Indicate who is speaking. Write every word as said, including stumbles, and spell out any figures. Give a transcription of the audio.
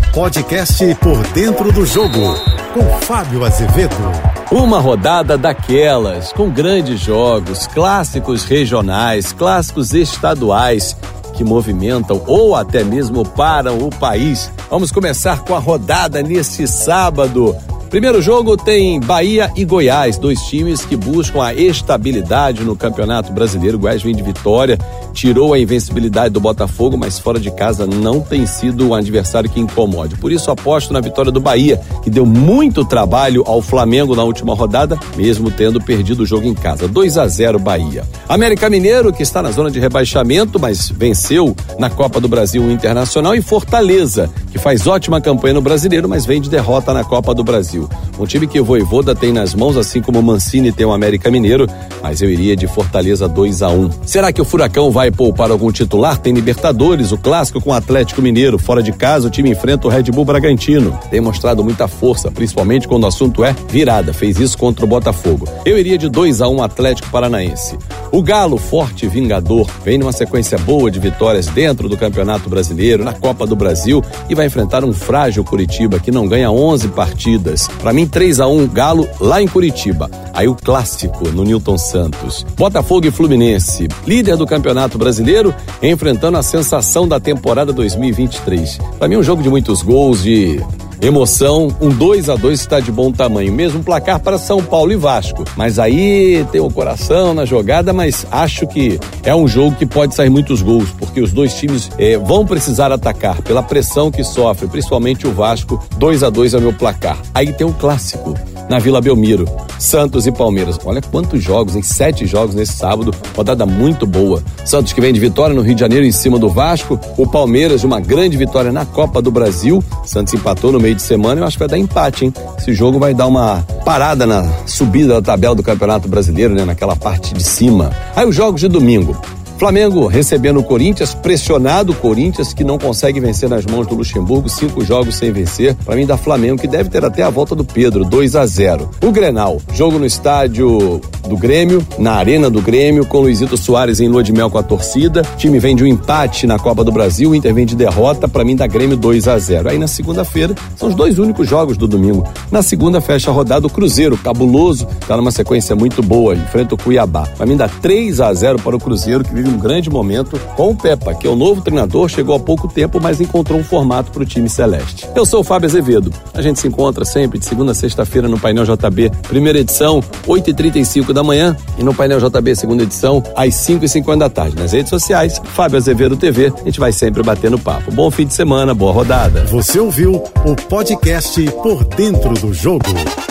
Speaker 1: Podcast Por Dentro do Jogo, com Fábio Azevedo.
Speaker 2: Uma rodada daquelas, com grandes jogos, clássicos regionais, clássicos estaduais, que movimentam ou até mesmo param o país. Vamos começar com a rodada neste sábado. Primeiro jogo tem Bahia e Goiás, dois times que buscam a estabilidade no Campeonato Brasileiro. O Goiás vem de vitória, tirou a invencibilidade do Botafogo, mas fora de casa não tem sido um adversário que incomode. Por isso aposto na vitória do Bahia, que deu muito trabalho ao Flamengo na última rodada, mesmo tendo perdido o jogo em casa. dois a zero Bahia. América Mineiro, que está na zona de rebaixamento, mas venceu na Copa do Brasil Internacional, e Fortaleza, que faz ótima campanha no Brasileiro, mas vem de derrota na Copa do Brasil. Um time que o Vojvoda tem nas mãos, assim como o Mancini tem o América Mineiro, mas eu iria de Fortaleza dois a um. Será que o Furacão vai poupar algum titular? Tem Libertadores, o clássico com o Atlético Mineiro. Fora de casa, o time enfrenta o Red Bull Bragantino. Tem mostrado muita força, principalmente quando o assunto é virada. Fez isso contra o Botafogo. Eu iria de dois a um Atlético Paranaense. O Galo, forte e vingador, vem numa sequência boa de vitórias dentro do Campeonato Brasileiro, na Copa do Brasil, e vai enfrentar um frágil Curitiba que não ganha onze partidas. Para mim, três a um Galo lá em Curitiba. Aí o clássico no Newton Santos. Botafogo e Fluminense, líder do Campeonato Brasileiro, enfrentando a sensação da temporada dois mil e vinte e três. Para mim, um jogo de muitos gols, de emoção. Um dois a dois está de bom tamanho. Mesmo placar para São Paulo e Vasco. Mas aí tem o coração na jogada, mas acho que é um jogo que pode sair muitos gols, porque os dois times eh, vão precisar atacar pela pressão que sofre, principalmente o Vasco. dois a dois é o meu placar. Aí tem um clássico na Vila Belmiro, Santos e Palmeiras. Olha quantos jogos, em sete jogos nesse sábado, rodada muito boa. Santos que vem de vitória no Rio de Janeiro em cima do Vasco, o Palmeiras de uma grande vitória na Copa do Brasil. Santos empatou no meio de semana, eu acho que vai dar empate, hein? Esse jogo vai dar uma parada na subida da tabela do Campeonato Brasileiro, né? Naquela parte de cima. Aí os jogos de domingo. Flamengo recebendo o Corinthians, pressionado o Corinthians, que não consegue vencer nas mãos do Luxemburgo, cinco jogos sem vencer. Para mim, dá Flamengo, que deve ter até a volta do Pedro, dois a zero. O Grenal, jogo no estádio do Grêmio, na Arena do Grêmio, com Luizito Soares em lua de mel com a torcida. O time vem de um empate na Copa do Brasil, o Inter vem de derrota, para mim dá Grêmio dois a zero. Aí na segunda-feira, são os dois únicos jogos do domingo. Na segunda fecha a rodada o Cruzeiro, cabuloso, tá numa sequência muito boa, enfrenta o Cuiabá. Para mim dá três a zero para o Cruzeiro, que vive um grande momento com o Pepa, que é o novo treinador, chegou há pouco tempo, mas encontrou um formato para o time celeste. Eu sou o Fábio Azevedo. A gente se encontra sempre de segunda a sexta-feira no Painel J B, primeira edição, oito e trinta e cinco da manhã, e no Painel J B, segunda edição, às cinco e cinquenta da tarde. Nas redes sociais, Fábio Azevedo T V, a gente vai sempre batendo papo. Bom fim de semana, boa rodada.
Speaker 1: Você ouviu o podcast Por Dentro do Jogo.